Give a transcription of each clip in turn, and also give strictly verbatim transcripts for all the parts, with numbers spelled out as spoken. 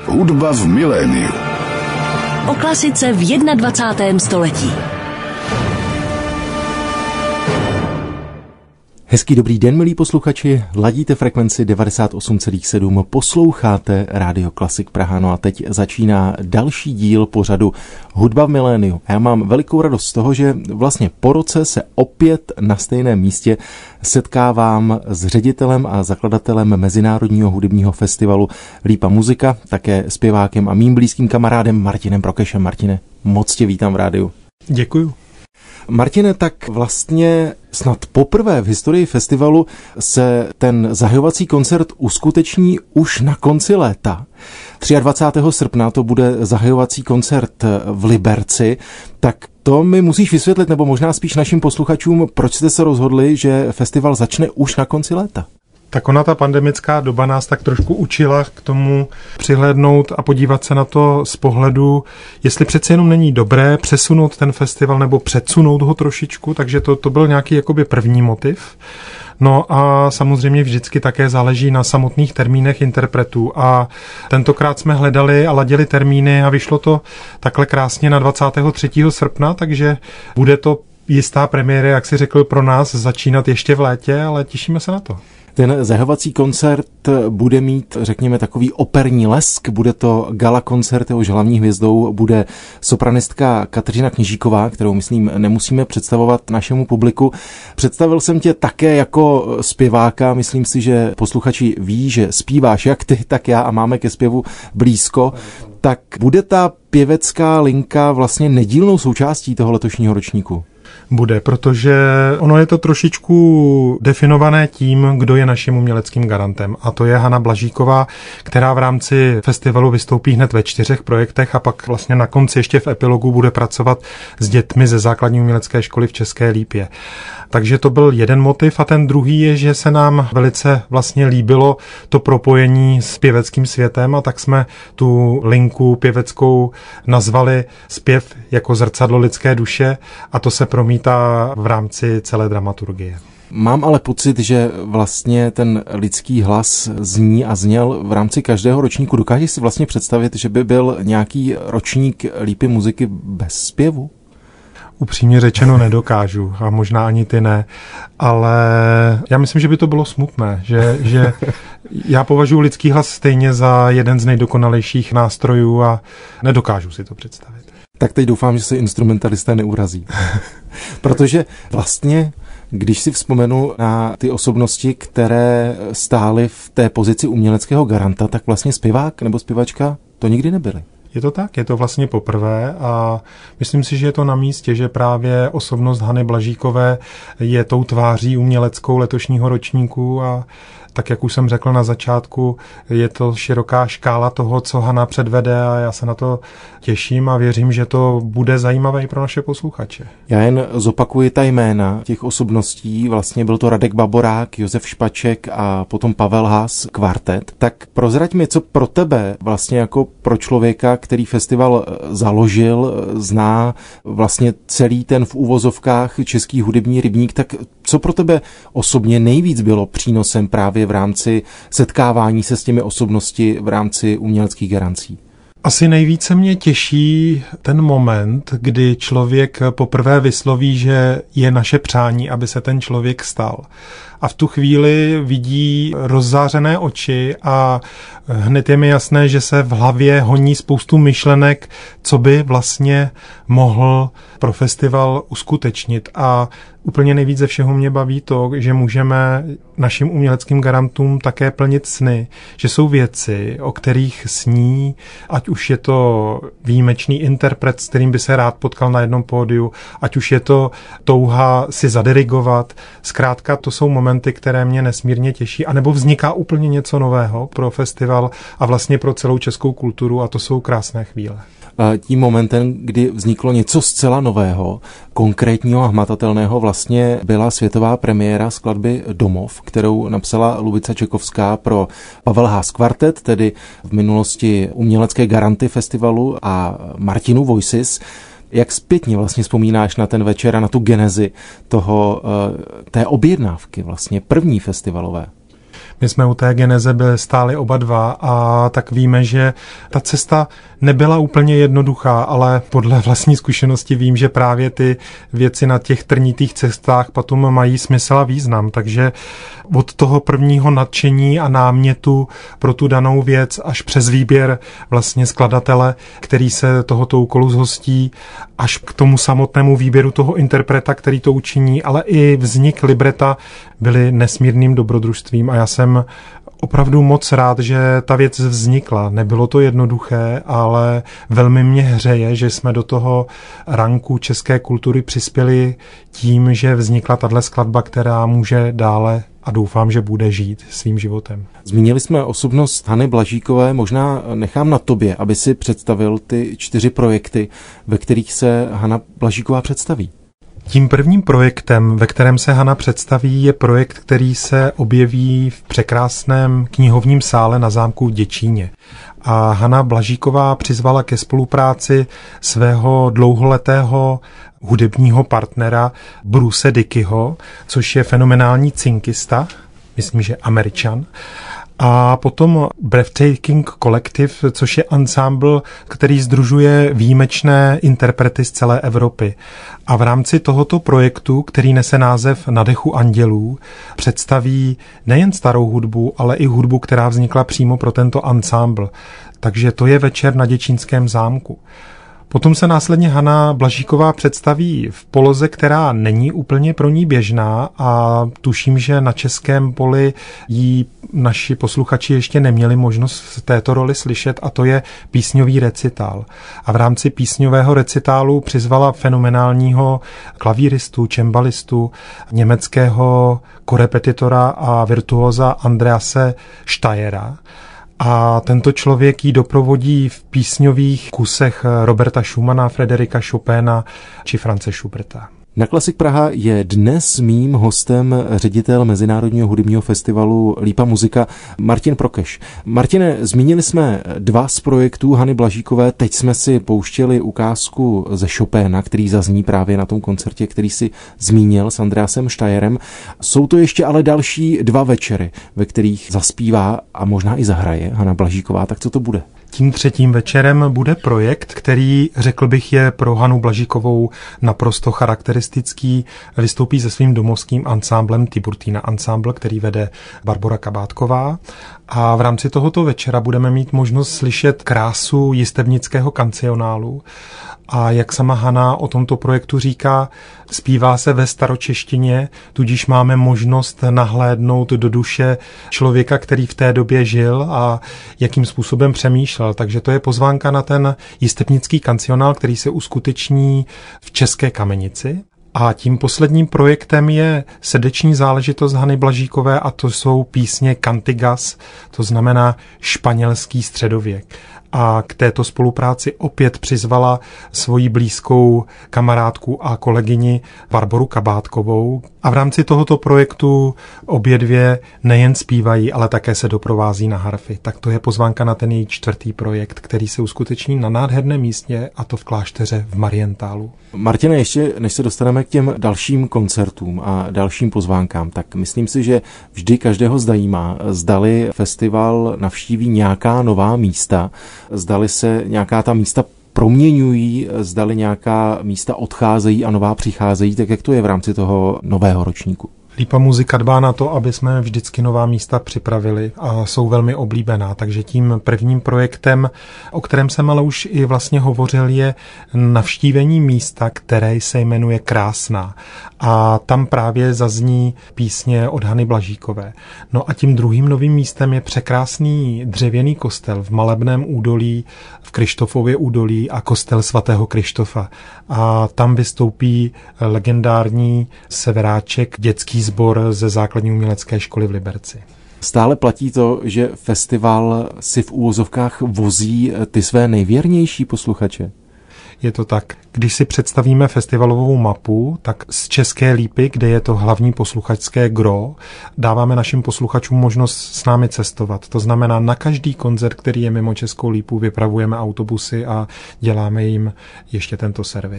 Hudba v miléniu. O klasice v dvacátém prvním století. Hezký dobrý den, milí posluchači, ladíte frekvenci devadesát osm celá sedm, posloucháte Rádio Klasik Praha, no a teď začíná další díl pořadu Hudba v miléniu. Já mám velikou radost z toho, že vlastně po roce se opět na stejném místě setkávám s ředitelem a zakladatelem Mezinárodního hudebního festivalu Lípa muzika, také zpěvákem a mým blízkým kamarádem Martinem Prokešem. Martine, moc tě vítám v rádiu. Děkuju. Martine, tak vlastně snad poprvé v historii festivalu se ten zahajovací koncert uskuteční už na konci léta. dvacátého třetího srpna to bude zahajovací koncert v Liberci, tak to mi musíš vysvětlit, nebo možná spíš našim posluchačům, proč jste se rozhodli, že festival začne už na konci léta. Tak ona, ta pandemická doba nás tak trošku učila k tomu přihlédnout a podívat se na to z pohledu, jestli přece jenom není dobré přesunout ten festival nebo předsunout ho trošičku, takže to, to byl nějaký jakoby první motiv. No a samozřejmě vždycky také záleží na samotných termínech interpretů a tentokrát jsme hledali a ladili termíny a vyšlo to takhle krásně na dvacátého třetího srpna, takže bude to jistá premiéra, jak si řekl, pro nás začínat ještě v létě, ale těšíme se na to. Ten zahajovací koncert bude mít, řekněme, takový operní lesk, bude to gala koncert, jehož hlavní hvězdou bude sopranistka Kateřina Kněžíková, kterou, myslím, nemusíme představovat našemu publiku. Představil jsem tě také jako zpěváka, myslím si, že posluchači ví, že zpíváš jak ty, tak já a máme ke zpěvu blízko. Tak bude ta pěvecká linka vlastně nedílnou součástí toho letošního ročníku? Bude, protože ono je to trošičku definované tím, kdo je naším uměleckým garantem. A to je Hana Blažíková, která v rámci festivalu vystoupí hned ve čtyřech projektech a pak vlastně na konci ještě v epilogu bude pracovat s dětmi ze základní umělecké školy v České Lípě. Takže to byl jeden motiv a ten druhý je, že se nám velice vlastně líbilo to propojení s pěveckým světem a tak jsme tu linku pěveckou nazvali Zpěv jako zrcadlo lidské duše a to se promítá v rámci celé dramaturgie. Mám ale pocit, že vlastně ten lidský hlas zní a zněl v rámci každého ročníku. Dokážeš si vlastně představit, že by byl nějaký ročník Lípy muziky bez zpěvu? Upřímně řečeno nedokážu a možná ani ty ne, ale já myslím, že by to bylo smutné, že, že já považuji lidský hlas stejně za jeden z nejdokonalejších nástrojů a nedokážu si to představit. Tak teď doufám, že se instrumentalisté neurazí. Protože vlastně, když si vzpomenu na ty osobnosti, které stály v té pozici uměleckého garanta, tak vlastně zpěvák nebo zpěvačka to nikdy nebyli. Je to tak, je to vlastně poprvé a myslím si, že je to na místě, že právě osobnost Hany Blažíkové je tou tváří uměleckou letošního ročníku a tak, jak už jsem řekl na začátku, je to široká škála toho, co Hana předvede a já se na to těším a věřím, že to bude zajímavé i pro naše posluchače. Já jen zopakuji ta jména těch osobností. Vlastně byl to Radek Baborák, Josef Špaček a potom Pavel Haas, kvartet. Tak prozrať mi, co pro tebe vlastně jako pro člověka, který festival založil, zná vlastně celý ten v úvozovkách český hudební rybník, tak co pro tebe osobně nejvíc bylo přínosem právě v rámci setkávání se s těmi osobnosti v rámci uměleckých garancí? Asi nejvíce mě těší ten moment, kdy člověk poprvé vysloví, že je naše přání, aby se ten člověk stal. A v tu chvíli vidí rozzářené oči a hned je mi jasné, že se v hlavě honí spoustu myšlenek, co by vlastně mohl pro festival uskutečnit. A úplně nejvíc ze všeho mě baví to, že můžeme našim uměleckým garantům také plnit sny, že jsou věci, o kterých sní, ať už je to výjimečný interpret, s kterým by se rád potkal na jednom pódiu, ať už je to touha si zadirigovat. Zkrátka to jsou momenty, které mě nesmírně těší, anebo vzniká úplně něco nového pro festival a vlastně pro celou českou kulturu a to jsou krásné chvíle. Tím momentem, kdy vzniklo něco zcela nového, konkrétního a hmatatelného, vlastně byla světová premiéra skladby Domov, kterou napsala Lubica Čekovská pro Pavel Haas kvartet, tedy v minulosti umělecké garanty festivalu, a Martinu Voices. Jak zpětně vlastně vzpomínáš na ten večer a na tu genezi toho, té objednávky vlastně první festivalové? My jsme u té geneze byli stáli oba dva a tak víme, že ta cesta nebyla úplně jednoduchá, ale podle vlastní zkušenosti vím, že právě ty věci na těch trnitých cestách potom mají smysl a význam. Takže od toho prvního nadšení a námětu pro tu danou věc až přes výběr vlastně skladatele, který se tohoto úkolu zhostí, až k tomu samotnému výběru toho interpreta, který to učiní, ale i vznik libreta byly nesmírným dobrodružstvím a já jsem opravdu moc rád, že ta věc vznikla. Nebylo to jednoduché, ale velmi mě hřeje, že jsme do toho ranku české kultury přispěli tím, že vznikla tahle skladba, která může dále a doufám, že bude žít svým životem. Zmínili jsme osobnost Hany Blažíkové, možná nechám na tobě, aby si představil ty čtyři projekty, ve kterých se Hana Blažíková představí. Tím prvním projektem, ve kterém se Hana představí, je projekt, který se objeví v překrásném knihovním sále na zámku v Děčíně. A Hana Blažíková přizvala ke spolupráci svého dlouholetého hudebního partnera Bruce Dickeyho, což je fenomenální cinkista, myslím, že Američan. A potom Breathtaking Collective, což je ansámbl, který sdružuje výjimečné interprety z celé Evropy. A v rámci tohoto projektu, který nese název Na dechu andělů, představí nejen starou hudbu, ale i hudbu, která vznikla přímo pro tento ansámbl. Takže to je večer na Děčínském zámku. Potom se následně Hana Blažíková představí v poloze, která není úplně pro ní běžná a tuším, že na českém poli jí naši posluchači ještě neměli možnost v této roli slyšet a to je písňový recitál. A v rámci písňového recitálu přizvala fenomenálního klavíristu, čembalistu, německého korepetitora a virtuóza Andrease Steyera. A tento člověk jí doprovodí v písňových kusech Roberta Schumana, Frederika Chopina či France Schuberta. Na Klasik Praha je dnes mým hostem ředitel Mezinárodního hudebního festivalu Lípa muzika Martin Prokeš. Martine, zmínili jsme dva z projektů Hany Blažíkové, teď jsme si pouštěli ukázku ze Chopina, který zazní právě na tom koncertě, který si zmínil s Andreasem Steyerem. Jsou to ještě ale další dva večery, ve kterých zaspívá a možná i zahraje Hana Blažíková, tak co to bude? Tím třetím večerem bude projekt, který, řekl bych, je pro Hanu Blažíkovou naprosto charakteristický. Vystoupí se svým domovským ansámblem Tiburtina Ensemble, který vede Barbora Kabátková. A v rámci tohoto večera budeme mít možnost slyšet krásu jistebnického kancionálu. A jak sama Hana o tomto projektu říká, zpívá se ve staročeštině, tudíž máme možnost nahlédnout do duše člověka, který v té době žil a jakým způsobem přemýšlel. Takže to je pozvánka na ten jistebnický kancionál, který se uskuteční v České Kamenici. A tím posledním projektem je srdeční záležitost Hany Blažíkové a to jsou písně Cantigas, to znamená španělský středověk. A k této spolupráci opět přizvala svoji blízkou kamarádku a kolegyni Barboru Kabátkovou. A v rámci tohoto projektu obě dvě nejen zpívají, ale také se doprovází na harfy. Tak to je pozvánka na ten její čtvrtý projekt, který se uskuteční na nádherném místě, a to v klášteře v Marientálu. Martine, ještě než se dostaneme k těm dalším koncertům a dalším pozvánkám, tak myslím si, že vždy každého zajímá, zdali festival navštíví nějaká nová místa, zdali se nějaká ta místa proměňují, zdali nějaká místa odcházejí a nová přicházejí, tak jak to je v rámci toho nového ročníku? Lípa muzika dbá na to, aby jsme vždycky nová místa připravili a jsou velmi oblíbená, takže tím prvním projektem, o kterém jsem ale už i vlastně hovořil, je navštívení místa, které se jmenuje Krásná. A tam právě zazní písně od Hany Blažíkové. No a tím druhým novým místem je překrásný dřevěný kostel v Malebném údolí, v Kryštofově údolí a kostel svatého Kryštofa. A tam vystoupí legendární severáček, dětský sbor ze základní umělecké školy v Liberci. Stále platí to, že festival si v úvozovkách vozí ty své nejvěrnější posluchače? Je to tak. Když si představíme festivalovou mapu, tak z České Lípy, kde je to hlavní posluchačské gro, dáváme našim posluchačům možnost s námi cestovat. To znamená, na každý koncert, který je mimo Českou Lípu, vypravujeme autobusy a děláme jim ještě tento servis.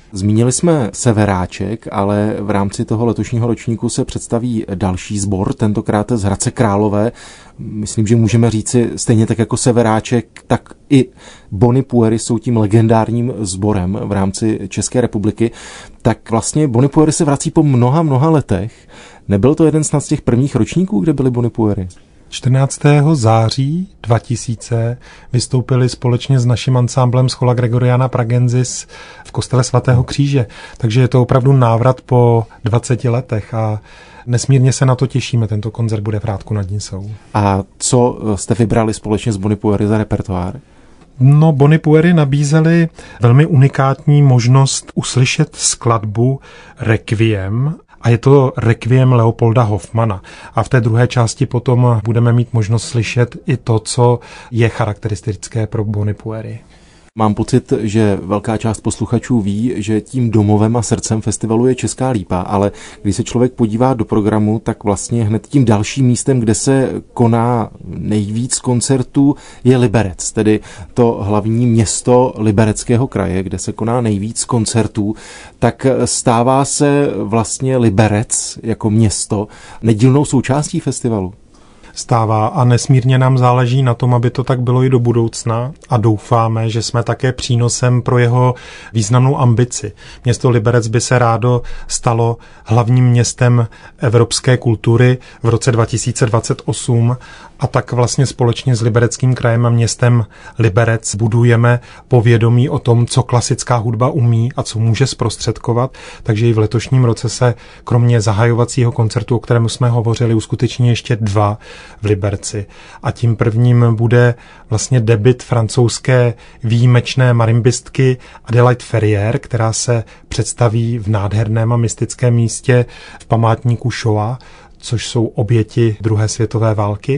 Zmínili jsme Severáček, ale v rámci toho letošního ročníku se představí další sbor, tentokrát z Hradce Králové. Myslím, že můžeme říci stejně tak jako Severáček, tak i Bonipuery jsou tím legendárním sborem v rámci České republiky. Tak vlastně Bonipuery se vrací po mnoha, mnoha letech. Nebyl to jeden snad z těch prvních ročníků, kde byly Bonipuery? čtrnáctého září dva tisíce vystoupili společně s naším ansámblem Schola Gregoriana Pragensis v kostele svatého Kříže. Takže je to opravdu návrat po dvaceti letech a nesmírně se na to těšíme. Tento koncert bude v Hrádku nad Nisou. A co jste vybrali společně s Bonipuery za repertoár? No, Bonipuery nabízeli velmi unikátní možnost uslyšet skladbu Requiem, a je to Requiem Leopolda Hoffmana. A v té druhé části potom budeme mít možnost slyšet i to, co je charakteristické pro Bonipuery. Mám pocit, že velká část posluchačů ví, že tím domovem a srdcem festivalu je Česká Lípa, ale když se člověk podívá do programu, tak vlastně hned tím dalším místem, kde se koná nejvíc koncertů, je Liberec, tedy to hlavní město Libereckého kraje, kde se koná nejvíc koncertů. Tak stává se vlastně Liberec jako město nedílnou součástí festivalu. Stává a nesmírně nám záleží na tom, aby to tak bylo i do budoucna a doufáme, že jsme také přínosem pro jeho významnou ambici. Město Liberec by se rádo stalo hlavním městem evropské kultury v roce dva tisíce dvacet osm a tak vlastně společně s Libereckým krajem a městem Liberec budujeme povědomí o tom, co klasická hudba umí a co může zprostředkovat. Takže i v letošním roce se kromě zahajovacího koncertu, o kterém jsme hovořili, uskuteční ještě dva v Liberci. A tím prvním bude vlastně debut francouzské výjimečné marimbistky Adelaide Ferrier, která se představí v nádherném a mystickém místě v památníku Shoah, což jsou oběti druhé světové války.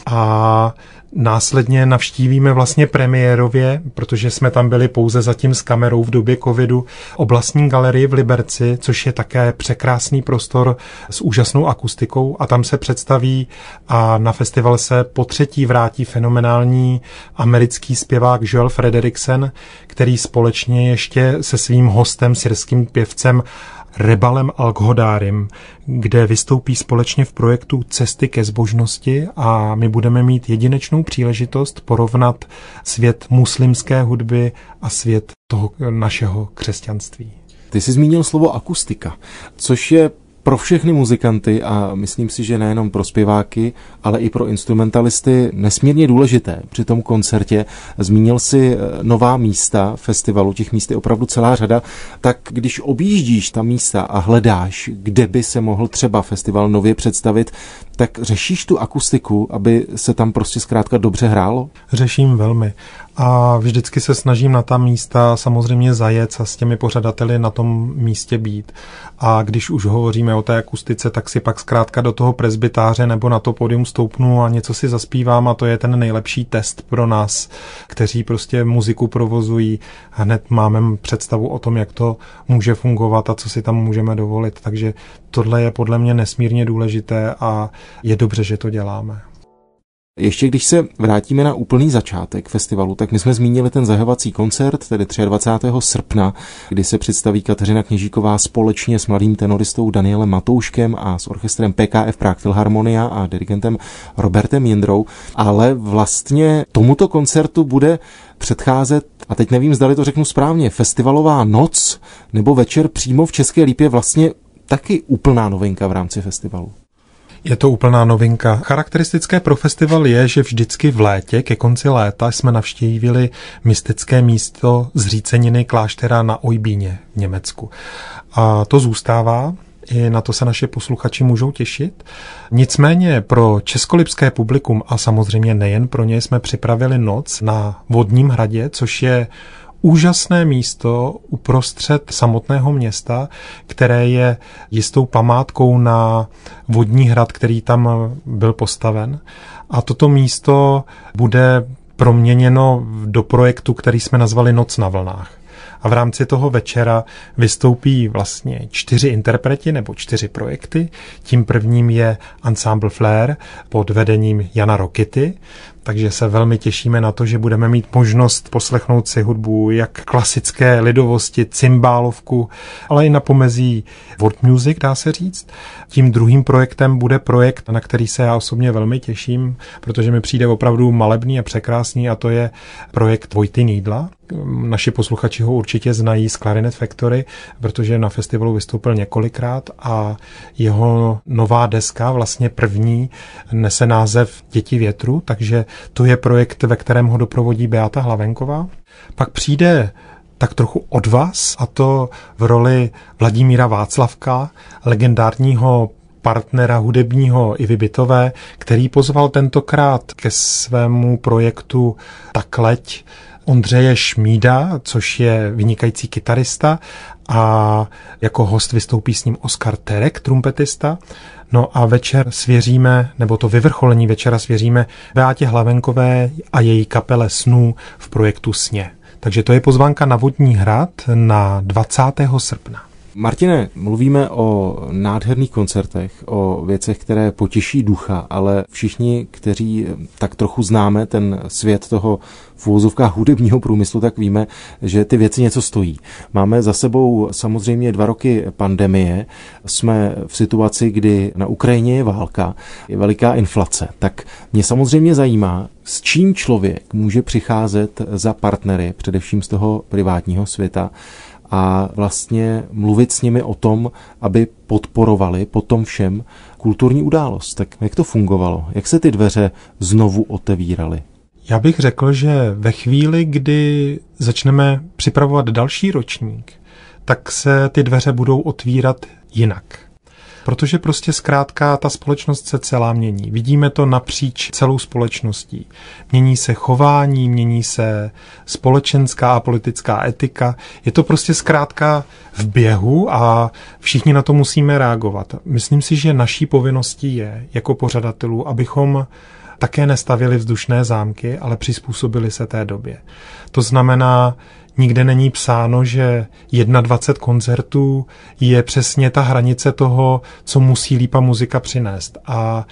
A následně navštívíme vlastně premiérově, protože jsme tam byli pouze zatím s kamerou v době covidu, oblastní galerii v Liberci, což je také překrásný prostor s úžasnou akustikou a tam se představí a na festival se po třetí vrátí fenomenální americký zpěvák Joel Frederiksen, který společně ještě se svým hostem, syrským pěvcem Rebalem Alkhodárim, kde vystoupí společně v projektu Cesty ke zbožnosti a my budeme mít jedinečnou příležitost porovnat svět muslimské hudby a svět toho našeho křesťanství. Ty jsi zmínil slovo akustika, což je pro všechny muzikanty a myslím si, že nejenom pro zpěváky, ale i pro instrumentalisty nesmírně důležité při tom koncertě. Zmínil si nová místa festivalu, těch míst je opravdu celá řada, tak když objíždíš ta místa a hledáš, kde by se mohl třeba festival nově představit, tak řešíš tu akustiku, aby se tam prostě zkrátka dobře hrálo? Řeším velmi. A vždycky se snažím na ta místa samozřejmě zajet a s těmi pořadateli na tom místě být. A když už hovoříme o té akustice, tak si pak zkrátka do toho presbytáře nebo na to pódium stoupnu a něco si zaspívám a to je ten nejlepší test pro nás, kteří prostě muziku provozují. Hned máme představu o tom, jak to může fungovat a co si tam můžeme dovolit. Takže tohle je podle mě nesmírně důležité a je dobře, že to děláme. Ještě když se vrátíme na úplný začátek festivalu, tak my jsme zmínili ten zahajovací koncert, tedy dvacátého třetího srpna, kdy se představí Kateřina Kněžíková společně s mladým tenoristou Danielem Matouškem a s orchestrem P K F Prague Philharmonia a dirigentem Robertem Jindrou. Ale vlastně tomuto koncertu bude předcházet, a teď nevím, zdali to řeknu správně, festivalová noc nebo večer přímo v České Lípě, vlastně taky úplná novinka v rámci festivalu. Je to úplná novinka. Charakteristické pro festival je, že vždycky v létě, ke konci léta, jsme navštívili mystické místo zříceniny kláštera na Oybíně v Německu. A to zůstává, i na to se naše posluchači můžou těšit. Nicméně pro českolipské publikum a samozřejmě nejen pro ně jsme připravili noc na Vodním hradě, což je úžasné místo uprostřed samotného města, které je jistou památkou na vodní hrad, který tam byl postaven. A toto místo bude proměněno do projektu, který jsme nazvali Noc na vlnách. A v rámci toho večera vystoupí vlastně čtyři interpreti nebo čtyři projekty. Tím prvním je Ensemble Flair pod vedením Jana Rokity. takže se velmi těšíme na to, že budeme mít možnost poslechnout si hudbu jak klasické lidovosti, cymbálovku, ale i na pomezí world music, dá se říct. Tím druhým projektem bude projekt, na který se já osobně velmi těším, protože mi přijde opravdu malebný a překrásný, a to je projekt Vojty Needla. Naši posluchači ho určitě znají z Clarinet Factory, protože na festivalu vystoupil několikrát a jeho nová deska, vlastně první, nese název Děti větru, takže to je projekt, ve kterém ho doprovodí Beata Hlavenková. Pak přijde tak trochu od vás, a to v roli Vladimíra Václavka, legendárního partnera hudebního Ivy Bytové, který pozval tentokrát ke svému projektu Takleť Ondřeje Šmída, což je vynikající kytarista, a jako host vystoupí s ním Oskar Terek, trumpetista. No a večer svěříme, nebo to vyvrcholení večera svěříme Beátě Hlavenkové a její kapele Snů v projektu Sně. Takže to je pozvánka na Vodní hrad na dvacátého srpna. Martine, mluvíme o nádherných koncertech, o věcech, které potěší ducha, ale všichni, kteří tak trochu známe ten svět toho v uvozovkách hudebního průmyslu, tak víme, že ty věci něco stojí. Máme za sebou samozřejmě dva roky pandemie, jsme v situaci, kdy na Ukrajině je válka, je veliká inflace. Tak mě samozřejmě zajímá, s čím člověk může přicházet za partnery, především z toho privátního světa, a vlastně mluvit s nimi o tom, aby podporovali po tom všem kulturní událost. Tak jak to fungovalo? Jak se ty dveře znovu otevíraly? Já bych řekl, že ve chvíli, kdy začneme připravovat další ročník, tak se ty dveře budou otvírat jinak. Protože prostě zkrátka ta společnost se celá mění. Vidíme to napříč celou společností. Mění se chování, mění se společenská a politická etika. Je to prostě zkrátka v běhu a všichni na to musíme reagovat. Myslím si, že naší povinností je jako pořadatelů, abychom také nestavili vzdušné zámky, ale přizpůsobili se té době. To znamená, nikde není psáno, že dvacet jedna koncertů je přesně ta hranice toho, co musí Lípa muzika přinést. A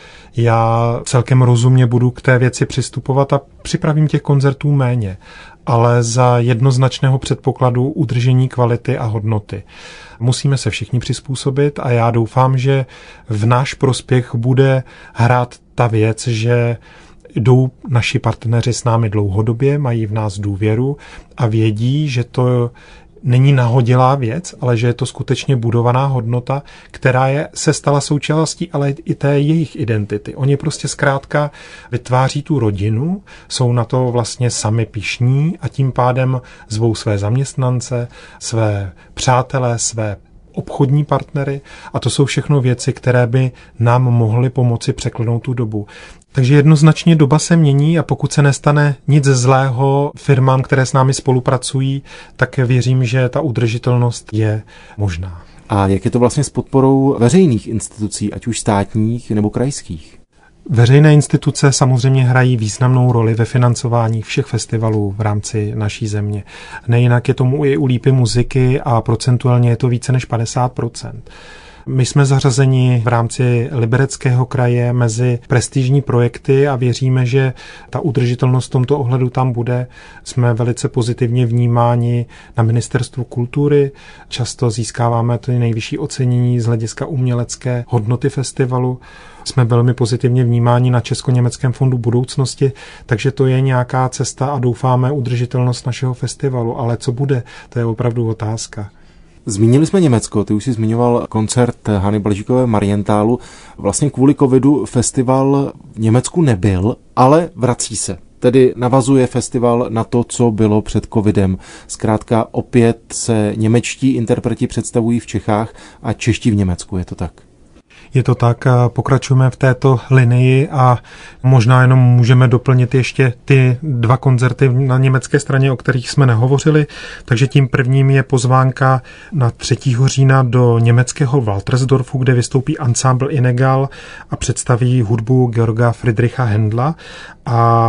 já celkem rozumně budu k té věci přistupovat a připravím těch koncertů méně, ale za jednoznačného předpokladu udržení kvality a hodnoty. Musíme se všichni přizpůsobit a já doufám, že v náš prospěch bude hrát ta věc, že jdou naši partneři s námi dlouhodobě, mají v nás důvěru a vědí, že to není nahodilá věc, ale že je to skutečně budovaná hodnota, která je, se stala součástí ale i té jejich identity. Oni prostě zkrátka vytváří tu rodinu, jsou na to vlastně sami pyšní a tím pádem zvou své zaměstnance, své přátelé, své obchodní partnery a to jsou všechno věci, které by nám mohly pomoci překlenout tu dobu. Takže jednoznačně doba se mění a pokud se nestane nic zlého firmám, které s námi spolupracují, tak věřím, že ta udržitelnost je možná. A jak je to vlastně s podporou veřejných institucí, ať už státních nebo krajských? Veřejné instituce samozřejmě hrají významnou roli ve financování všech festivalů v rámci naší země. Nejinak je tomu i u Lípy muziky a procentuálně je to více než padesát procent. My jsme zařazeni v rámci Libereckého kraje mezi prestižní projekty a věříme, že ta udržitelnost v tomto ohledu tam bude. Jsme velice pozitivně vnímáni na Ministerstvu kultury. Často získáváme to nejvyšší ocenění z hlediska umělecké hodnoty festivalu. Jsme velmi pozitivně vnímáni na Česko-německém fondu budoucnosti, takže to je nějaká cesta a doufáme udržitelnost našeho festivalu. Ale co bude, to je opravdu otázka. Zmínili jsme Německo, ty už jsi zmiňoval koncert Hany Blažíkové v Marientálu. Vlastně kvůli covidu festival v Německu nebyl, ale vrací se. Tedy navazuje festival na to, co bylo před covidem. Zkrátka opět se němečtí interpreti představují v Čechách a čeští v Německu, je to tak? Je to tak, pokračujeme v této linii a možná jenom můžeme doplnit ještě ty dva koncerty na německé straně, o kterých jsme nehovořili. Takže tím prvním je pozvánka na třetího října do německého Waltersdorfu, kde vystoupí ansámbl Inegal a představí hudbu Georga Friedricha Händla. A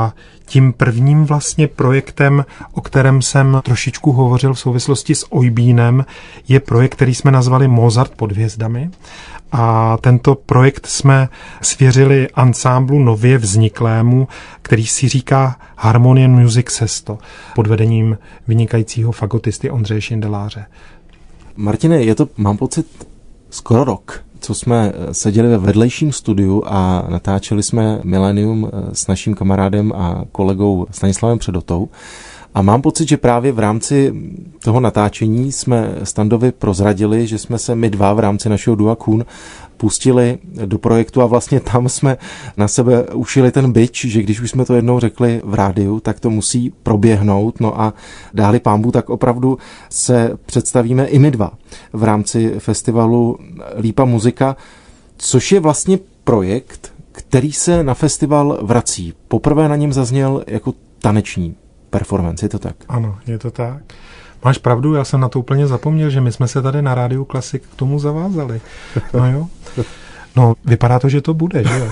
Tím prvním vlastně projektem, o kterém jsem trošičku hovořil v souvislosti s Oybínem, je projekt, který jsme nazvali Mozart pod hvězdami. A tento projekt jsme svěřili ansámblu nově vzniklému, který si říká Harmonian Music Sesto, pod vedením vynikajícího fagotisty Ondřeje Šindeláře. Martine, je to, mám pocit, skoro rok, co jsme seděli ve vedlejším studiu a natáčeli jsme Millennium s naším kamarádem a kolegou Stanislavem Předotou. A mám pocit, že právě v rámci toho natáčení jsme Standovi prozradili, že jsme se my dva v rámci našeho dua Kun pustili do projektu a vlastně tam jsme na sebe ušili ten bič, že když už jsme to jednou řekli v rádiu, tak to musí proběhnout. No a dáli pánbůh, tak opravdu se představíme i my dva v rámci festivalu Lípa muzika, což je vlastně projekt, který se na festival vrací. Poprvé na něm zazněl jako taneční performance, je to tak? Ano, je to tak. Máš pravdu, já jsem na to úplně zapomněl, že my jsme se tady na Rádiu Klasik k tomu zavázali. No jo. No, vypadá to, že to bude, že jo?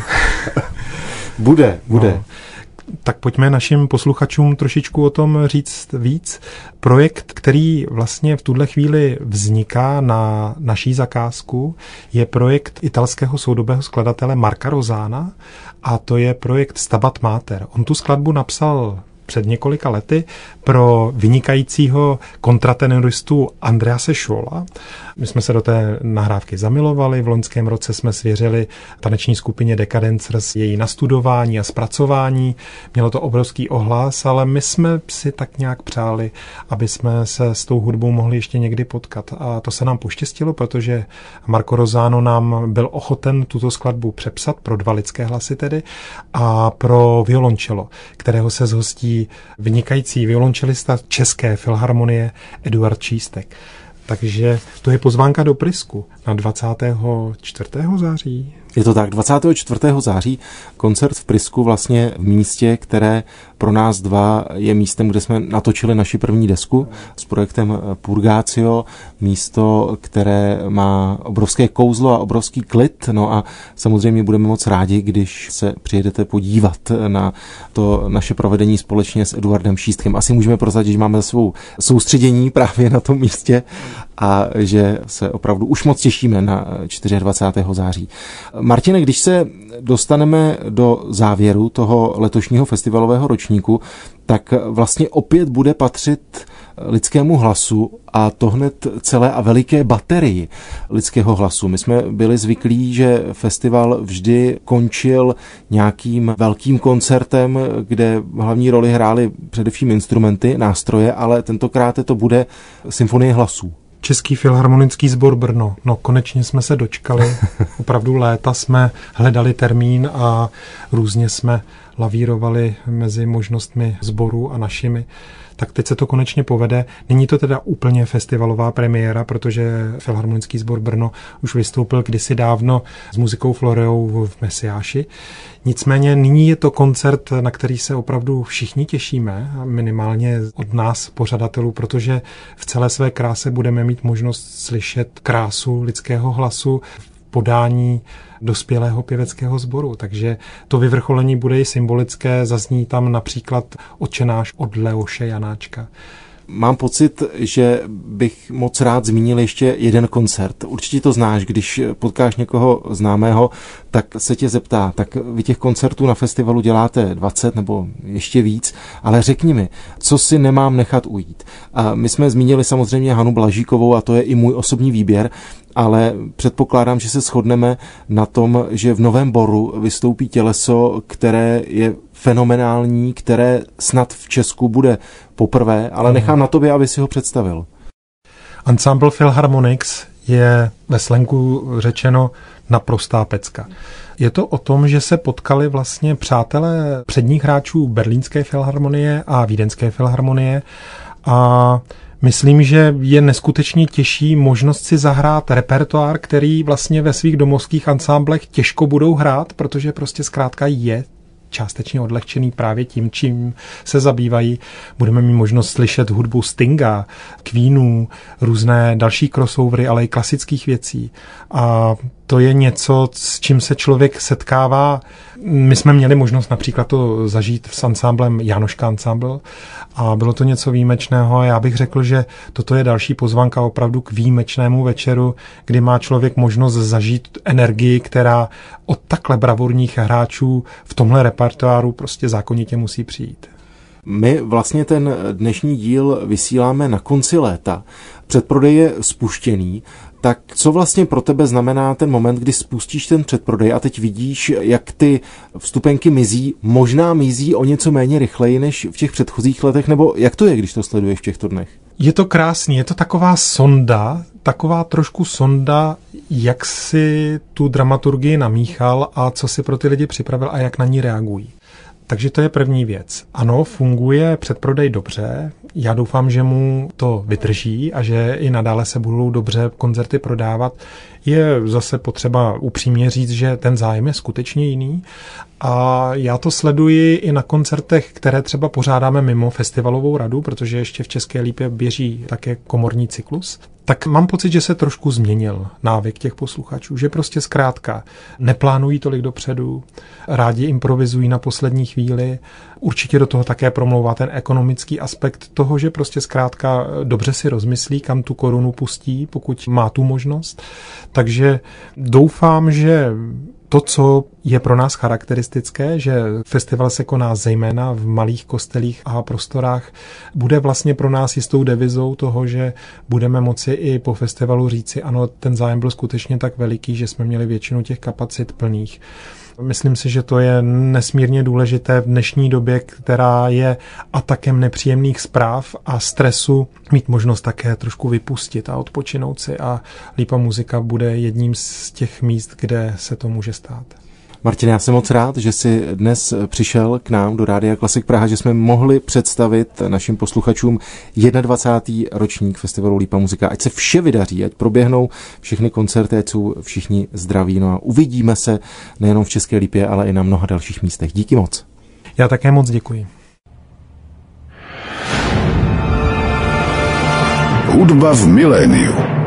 Bude, bude. No. Tak pojďme našim posluchačům trošičku o tom říct víc. Projekt, který vlastně v tuhle chvíli vzniká na naší zakázku, je projekt italského soudobého skladatele Marca Rosana a to je projekt Stabat Mater. On tu skladbu napsal před několika lety pro vynikajícího kontratenoristu Andrease Scholla. My jsme se do té nahrávky zamilovali, v loňském roce jsme svěřili taneční skupině Decadencers její nastudování a zpracování. Mělo to obrovský ohlas, ale my jsme si tak nějak přáli, aby jsme se s tou hudbou mohli ještě někdy potkat. A to se nám poštěstilo, protože Marco Rosano nám byl ochoten tuto skladbu přepsat pro dva lidské hlasy tedy a pro violoncello, kterého se zhostí vynikající violončelista České filharmonie Eduard Čístek. Takže to je pozvánka do Prisku na dvacátého čtvrtého září. Je to tak, dvacátého čtvrtého září koncert v Prisku, vlastně v místě, které pro nás dva je místem, kde jsme natočili naši první desku s projektem Purgatio, místo, které má obrovské kouzlo a obrovský klid, no a samozřejmě budeme moc rádi, když se přijedete podívat na to naše provedení společně s Eduardem Šístkem. Asi můžeme prozradit, že máme svou soustředění právě na tom místě a že se opravdu už moc těšíme na dvacátého čtvrtého září. Martine, když se dostaneme do závěru toho letošního festivalového ročníku, tak vlastně opět bude patřit lidskému hlasu a to hned celé a veliké baterii lidského hlasu. My jsme byli zvyklí, že festival vždy končil nějakým velkým koncertem, kde hlavní roli hrály především instrumenty, nástroje, ale tentokrát to bude symfonie hlasů. Český filharmonický sbor Brno. No konečně jsme se dočkali. Opravdu léta jsme hledali termín a různě jsme lavírovali mezi možnostmi sboru a našimi. Tak teď se to konečně povede. Není to teda úplně festivalová premiéra, protože Filharmonický sbor Brno už vystoupil kdysi dávno s muzikou Floreou v Mesiáši. Nicméně nyní je to koncert, na který se opravdu všichni těšíme, minimálně od nás pořadatelů, protože v celé své kráse budeme mít možnost slyšet krásu lidského hlasu v podání dospělého pěveckého sboru. Takže to vyvrcholení bude i symbolické, zazní tam například Otčenáš od Leoše Janáčka. Mám pocit, že bych moc rád zmínil ještě jeden koncert. Určitě to znáš, když potkáš někoho známého, tak se tě zeptá, tak vy těch koncertů na festivalu děláte dvacet nebo ještě víc, ale řekni mi, co si nemám nechat ujít. A my jsme zmínili samozřejmě Hanu Blažíkovou a to je i můj osobní výběr, ale předpokládám, že se shodneme na tom, že v Novém Boru vystoupí těleso, které je fenomenální, které snad v Česku bude poprvé, ale nechám na tobě, aby si ho představil. Ensemble Philharmonics je ve slangu řečeno naprostá pecka. Je to o tom, že se potkali vlastně přátelé předních hráčů Berlínské filharmonie a Vídeňské filharmonie a myslím, že je neskutečně těžší možnost si zahrát repertoár, který vlastně ve svých domovských ansámblech těžko budou hrát, protože prostě zkrátka je částečně odlehčený právě tím, čím se zabývají. Budeme mít možnost slyšet hudbu Stinga, Queenů, různé další crossovery, ale i klasických věcí. A to je něco, s čím se člověk setkává. My jsme měli možnost například to zažít s ansámblem Jánoška Ansámbl a bylo to něco výjimečného a já bych řekl, že toto je další pozvánka opravdu k výjimečnému večeru, kdy má člověk možnost zažít energii, která od takhle bravurních hráčů v tomhle repertoáru prostě zákonitě musí přijít. My vlastně ten dnešní díl vysíláme na konci léta. Předprodej je spuštěný. Tak co vlastně pro tebe znamená ten moment, kdy spustíš ten předprodej a teď vidíš, jak ty vstupenky mizí, možná mizí o něco méně rychleji než v těch předchozích letech, nebo jak to je, když to sleduješ v těchto dnech? Je to krásný, je to taková sonda, taková trošku sonda, jak si tu dramaturgii namíchal a co si pro ty lidi připravil a jak na ní reagují. Takže to je první věc. Ano, funguje předprodej dobře. Já doufám, že mu to vydrží a že i nadále se budou dobře koncerty prodávat. Je zase potřeba upřímně říct, že ten zájem je skutečně jiný. A já to sleduji i na koncertech, které třeba pořádáme mimo festivalovou radu, protože ještě v České Lípě běží také komorní cyklus. Tak mám pocit, že se trošku změnil návyk těch posluchačů, že prostě zkrátka neplánují tolik dopředu, rádi improvizují na poslední chvíli. Určitě do toho také promlouvá ten ekonomický aspekt toho, že prostě zkrátka dobře si rozmyslí, kam tu korunu pustí, pokud má tu možnost. Takže doufám, že to, co je pro nás charakteristické, že festival se koná zejména v malých kostelích a prostorách, bude vlastně pro nás jistou devizou toho, že budeme moci i po festivalu říci, ano, ten zájem byl skutečně tak veliký, že jsme měli většinu těch kapacit plných. Myslím si, že to je nesmírně důležité v dnešní době, která je atakem nepříjemných zpráv a stresu, mít možnost také trošku vypustit a odpočinout si a Lípa muzika bude jedním z těch míst, kde se to může stát. Martin, já jsem moc rád, že jsi dnes přišel k nám do Rádia Klasik Praha, že jsme mohli představit našim posluchačům dvacátý první ročník festivalu Lípa muzika. Ať se vše vydaří, ať proběhnou všechny koncerty, ať jsou všichni zdraví. No a uvidíme se nejenom v České Lípě, ale i na mnoha dalších místech. Díky moc. Já také moc děkuji. Hudba v miléniu.